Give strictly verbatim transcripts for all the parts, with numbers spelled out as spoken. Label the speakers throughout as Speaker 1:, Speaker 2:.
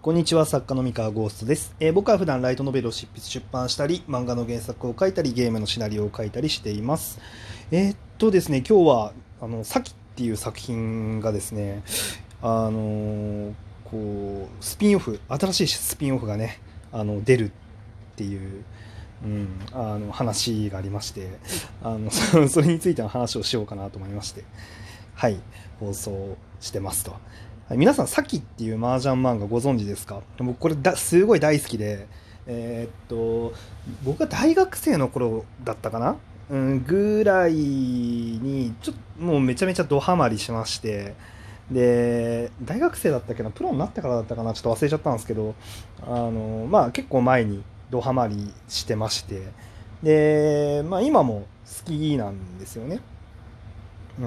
Speaker 1: こんにちは、作家の三河ゴーストです。えー僕は普段ライトノベルを執筆出版したり、漫画の原作を書いたり、ゲームのシナリオを書いたりしています。えーっとですね、今日は、あの、サキっていう作品がですね、あのーこう、スピンオフ、新しいスピンオフがね、あの、出るっていう、うん、あの話がありまして、あの、そそれについての話をしようかなと思いまして、はい、放送してますと。はい、皆さん、サキっていう麻雀漫画ご存知ですか？僕これだすごい大好きで、えーっと、僕が大学生の頃だったかな、うん、ぐらいに、ちょっともうめちゃめちゃドハマりしまして、で、大学生だったっけな、プロになってからだったかな、ちょっと忘れちゃったんですけど、あの、まあ結構前にドハマりしてまして、で、まあ今も好きなんですよね。うん。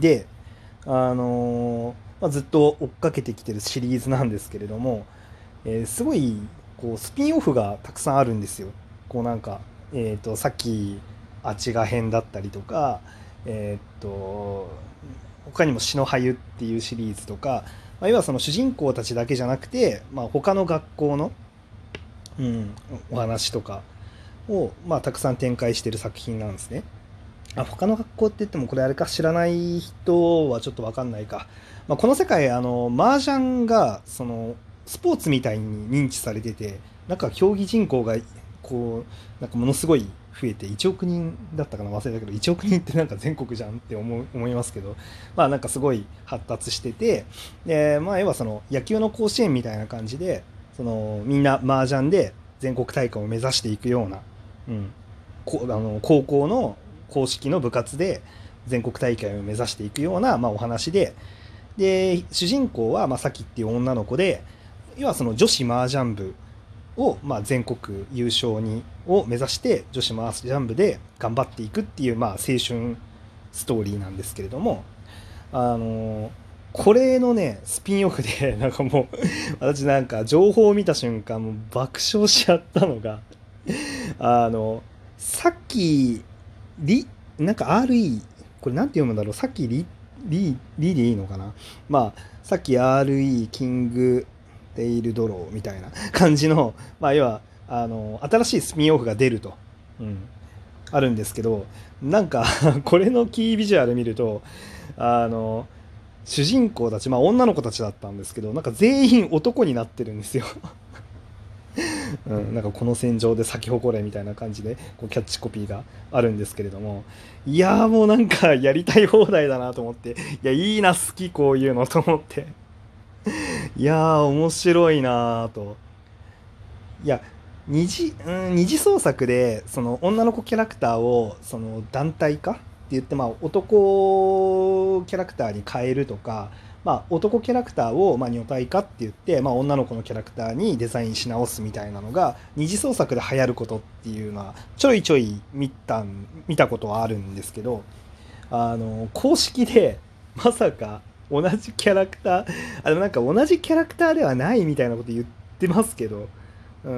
Speaker 1: で、あのーまあ、ずっと追っかけてきてるシリーズなんですけれども、えーすごいこうスピンオフがたくさんあるんですよ。こうなんか、えっと、さっき、あちが編だったりとか、えっと、他にも「死の俳っていうシリーズとか、まあ、要はその主人公たちだけじゃなくて、まあ、他の学校の、うん、お話とかを、まあ、たくさん展開してる作品なんですね。あ、他の学校って言ってもこれあれか、知らない人はちょっとわかんないか。まあ、この世界、あの、麻雀が、その、スポーツみたいに認知されてて、なんか競技人口が、こう、なんかものすごい増えて、いちおく人だったかな、忘れたけど、いちおく人ってなんか全国じゃんって思う思いますけど、まあなんかすごい発達してて、で、まあ要はその野球の甲子園みたいな感じで、その、みんな麻雀で全国大会を目指していくような、うん、こあの高校の公式の部活で全国大会を目指していくような、まあ、お話で、で主人公は、まあ、さきっていう女の子で、要はその女子麻雀部を、まあ、全国優勝にを目指して女子麻雀部で頑張っていくっていう、まあ、青春ストーリーなんですけれども、あのこれのねスピンオフでなんかもう私なんか情報を見た瞬間もう爆笑しちゃったのが、あのさっきリ、なんか アールイー、これなんて読むんだろう、さっきリ、リ、リでいいのかな、まあ、さっき アールイー、キング、デイルドローみたいな感じの、まあ、要は、あの、新しいスピンオフが出ると、うん、あるんですけど、なんかこれのキービジュアル見ると、あの、主人公たち、まあ女の子たちだったんですけど、なんか全員男になってるんですよ。うん、なんかこの戦場で咲き誇れみたいな感じでこうキャッチコピーがあるんですけれども、いやーもうなんかやりたい放題だなと思って、いやいいな、好きこういうのと思って、いやー面白いなーと。いや、二次、うん、二次創作でその女の子キャラクターをその団体化って言って、まあ、男キャラクターに変えるとか、まあ、男キャラクターをまあ女体化って言って、まあ、女の子のキャラクターにデザインし直すみたいなのが二次創作で流行ることっていうのはちょいちょい見た見たことはあるんですけど、あの公式でまさか同じキャラクター、あのなんか同じキャラクターではないみたいなこと言ってますけど、うん、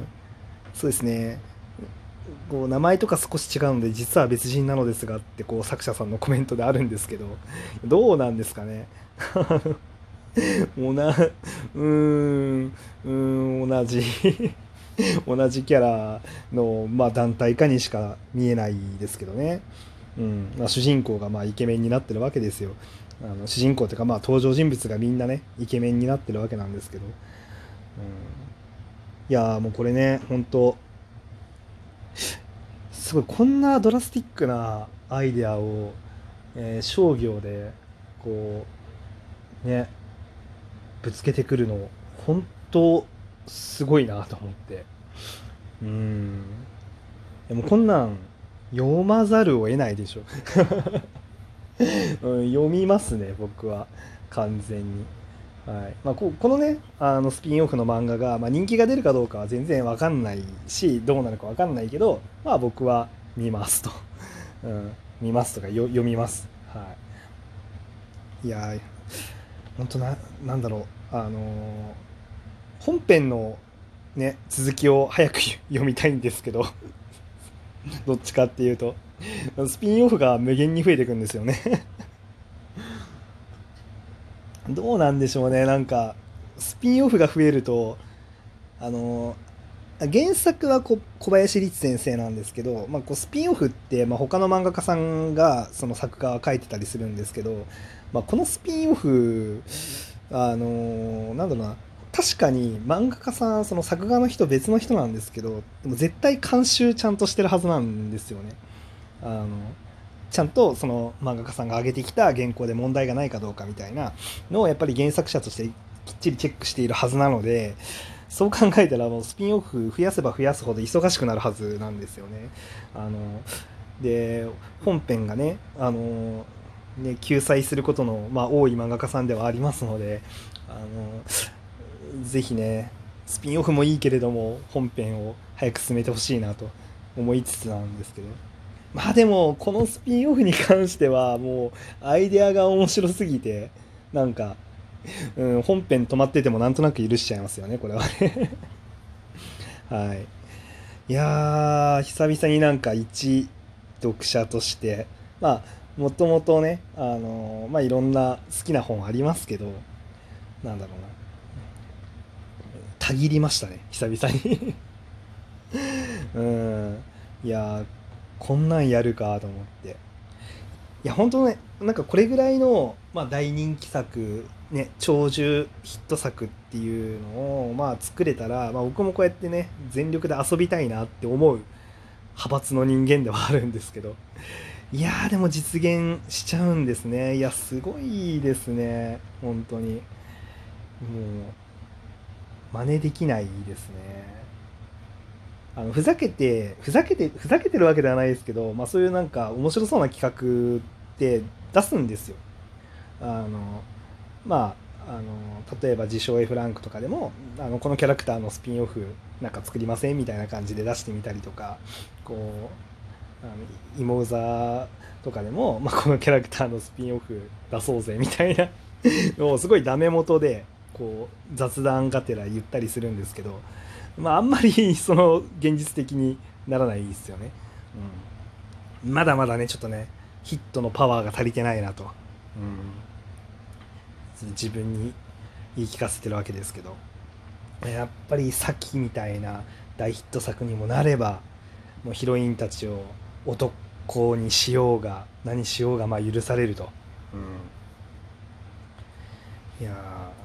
Speaker 1: そうですね。こう名前とか少し違うので実は別人なのですがってこう作者さんのコメントであるんですけど、どうなんですかね。もうな、うーん、うーん、同じ同じキャラの、まあ、団体かにしか見えないですけどね。うんまあ、主人公がまあイケメンになってるわけですよ。あの主人公というかまあ登場人物がみんなねイケメンになってるわけなんですけど、うん、いやーもうこれね本当すごい、こんなドラスティックなアイデアを、えー商業でこうねぶつけてくるの本当すごいなと思って、うん、でもこんなん読まざるを得ないでしょ。うん、読みますね僕は完全に。はいまあ、ここのねあのスピンオフの漫画が、まあ、人気が出るかどうかは全然わかんないしどうなるかわかんないけど、まあ僕は見ますと、うん、見ますとかよ読みます。はい、いやー本当な、なんだろう、あのー本編のね続きを早く読みたいんですけど、どっちかっていうとスピンオフが無限に増えていくんですよね。どうなんでしょうね、なんかスピンオフが増えると、あの原作はこ小林律先生なんですけど、まあ、こうスピンオフって、まあ、他の漫画家さんがその作画を書いてたりするんですけど、まあ、このスピンオフ、あのなんだろうな、確かに漫画家さん、その作画の人別の人なんですけど、でも絶対監修ちゃんとしてるはずなんですよね。あのちゃんとその漫画家さんが上げてきた原稿で問題がないかどうかみたいなのをやっぱり原作者としてきっちりチェックしているはずなので、そう考えたらもうスピンオフ増やせば増やすほど忙しくなるはずなんですよね。あので本編がね、あのね救済することの、まあ、多い漫画家さんではありますので、あのぜひねスピンオフもいいけれども本編を早く進めてほしいなと思いつつなんですけど、まあでもこのスピンオフに関してはもうアイデアが面白すぎて、なんか、うん、本編止まっててもなんとなく許しちゃいますよねこれはね。はい。いやー久々になんか一読者として、まあもともとね、あのーまあいろんな好きな本ありますけど、なんだろうな、たぎりましたね久々に。うん。いやーこんなんやるかと思って、いや本当ね、なんかこれぐらいの、まあ、大人気作、ね、長寿ヒット作っていうのを、まあ、作れたら、まあ、僕もこうやってね全力で遊びたいなって思う派閥の人間ではあるんですけど、いやーでも実現しちゃうんですね。いやすごいですね本当に。もう真似できないですね。あのふざけてふざけてふざけてるわけではないですけど、まあ、そういうなんか面白そうな企画って出すんですよ。あのまああの例えば自称 F ランクとかでもあのこのキャラクターのスピンオフなんか作りませんみたいな感じで出してみたりとか、こうあのイモウザとかでも、まあ、このキャラクターのスピンオフ出そうぜみたいなのをすごいダメ元でこう雑談がてら言ったりするんですけど、まああんまりその現実的にならないですよね。うん、まだまだねちょっとねヒットのパワーが足りてないなと、うん、自分に言い聞かせてるわけですけど、やっぱりさっきみたいな大ヒット作にもなれば、もうヒロインたちを男にしようが何しようがまあ許されると、うん、いや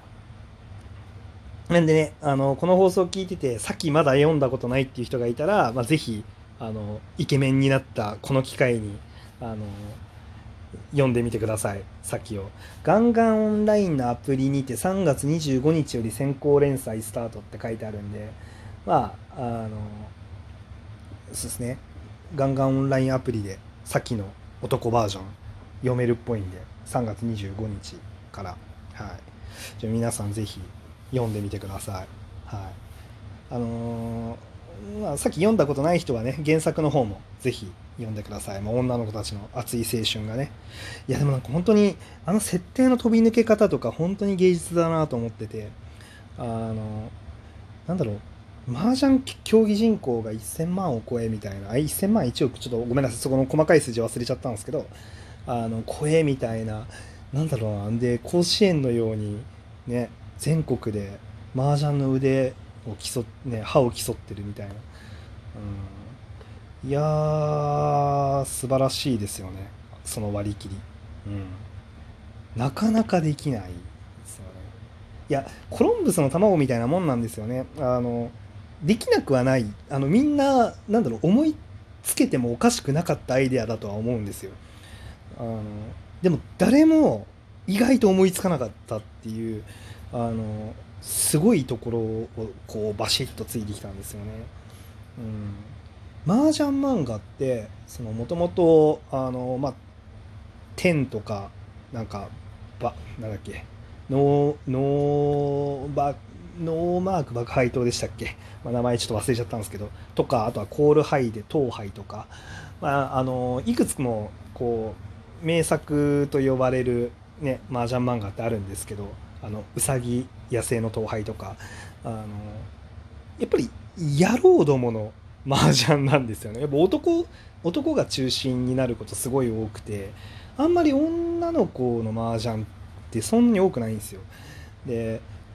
Speaker 1: なんでね、あのこの放送を聞いててさっきまだ読んだことないっていう人がいたら、まあ、ぜひあのイケメンになったこの機会にあの読んでみてください。さっきをガンガンオンラインのアプリにてさんがつにじゅうごにちより先行連載スタートって書いてあるんで、まああのそうですね、ガンガンオンラインアプリでさっきの男バージョン読めるっぽいんでさんがつにじゅうごにちから、はい、じゃあ皆さんぜひ読んでみてください。はい、あのーまあ、さっき読んだことない人はね原作の方もぜひ読んでください。まあ、女の子たちの熱い青春がね、いやでもなんか本当にあの設定の飛び抜け方とか本当に芸術だなと思ってて、あのなんだろう、麻雀競技人口がせんまんを超えみたいな、あせんまんいちおく、ちょっとごめんなさいそこの細かい数字忘れちゃったんですけど、あの超えみたいな、なんだろうな、で甲子園のようにね全国で麻雀の腕を競っ、ね、歯を競ってるみたいな、うん、いやー素晴らしいですよねその割り切り、うん、なかなかできないですよね。いやコロンブスの卵みたいなもんなんですよね。あのできなくはない、あのみんななんだろう思いつけてもおかしくなかったアイデアだとは思うんですよ。あのでも誰も意外と思いつかなかったっていう、あのすごいところをこうバシッとついてきたんですよね。うん、麻雀漫画ってそのもともとあのまあ天とかなんかばなんだっけノーノーバノーマーク爆配灯でしたっけ、まあ、名前ちょっと忘れちゃったんですけどとか、あとはコールハイで東ハイとか、まあ、あのいくつもこう名作と呼ばれるね麻雀漫画ってあるんですけど、あのうさぎ野生の東ハイとか、あのやっぱり野郎どもの麻雀なんですよね。やっぱ男男が中心になることすごい多くて、あんまり女の子の麻雀ってそんなに多くないんですよ。で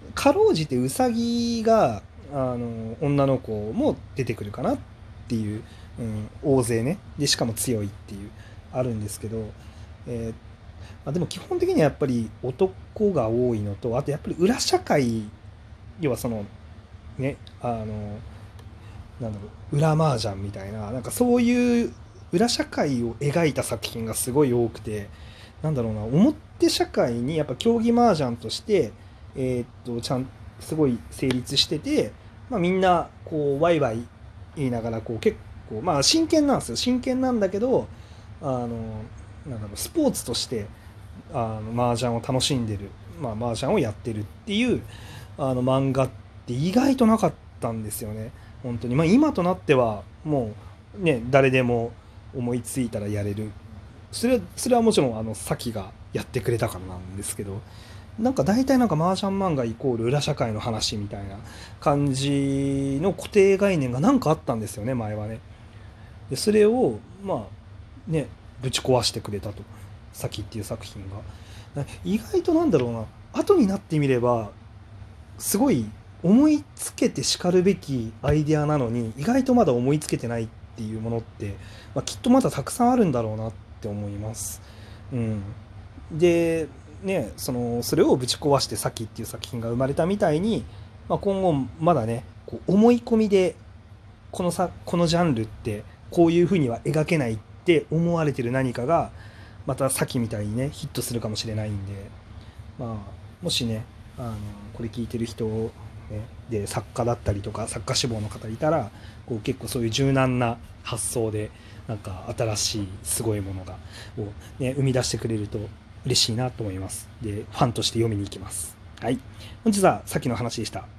Speaker 1: かろうじてウサギがあの女の子も出てくるかなっていう、うん、大勢ねでしかも強いっていうあるんですけど、えーまあ、でも基本的にはやっぱり男が多いのとあとやっぱり裏社会要はそのねあのなんだろう裏麻雀みたいななんかそういう裏社会を描いた作品がすごい多くてなんだろうな表社会にやっぱ競技麻雀としてえーっとちゃんすごい成立してて、まあ、みんなこうワイワイ言いながらこう結構まあ真剣なんですよ真剣なんだけどあのなんだろうスポーツとしてあの麻雀を楽しんでる、まあ、麻雀をやってるっていうあの漫画って意外となかったんですよね本当に。まあ、今となってはもうね誰でも思いついたらやれるそれそれはもちろんあのサキがやってくれたからなんですけどなんか大体なんか麻雀漫画イコール裏社会の話みたいな感じの固定概念がなんかあったんですよね前はね。でそれをまあねぶち壊してくれたとサキっていう作品が意外となんだろうな後になってみればすごい思いつけてしかるべきアイデアなのに意外とまだ思いつけてないっていうものって、まあ、きっとまだたくさんあるんだろうなって思います。うん、でねそのそれをぶち壊して「サキ」っていう作品が生まれたみたいに、まあ、今後まだねこう思い込みでこのさこのジャンルってこういうふうには描けないって思われてる何かがまた「サキ」みたいにねヒットするかもしれないんで、まあ、もしねあのこれ聞いてる人、ね、で作家だったりとか作家志望の方いたらこう結構そういう柔軟な発想でなんか新しいすごいものがを、ね、生み出してくれると嬉しいなと思います。でファンとして読みに行きます。はい、本日はさっきの話でした。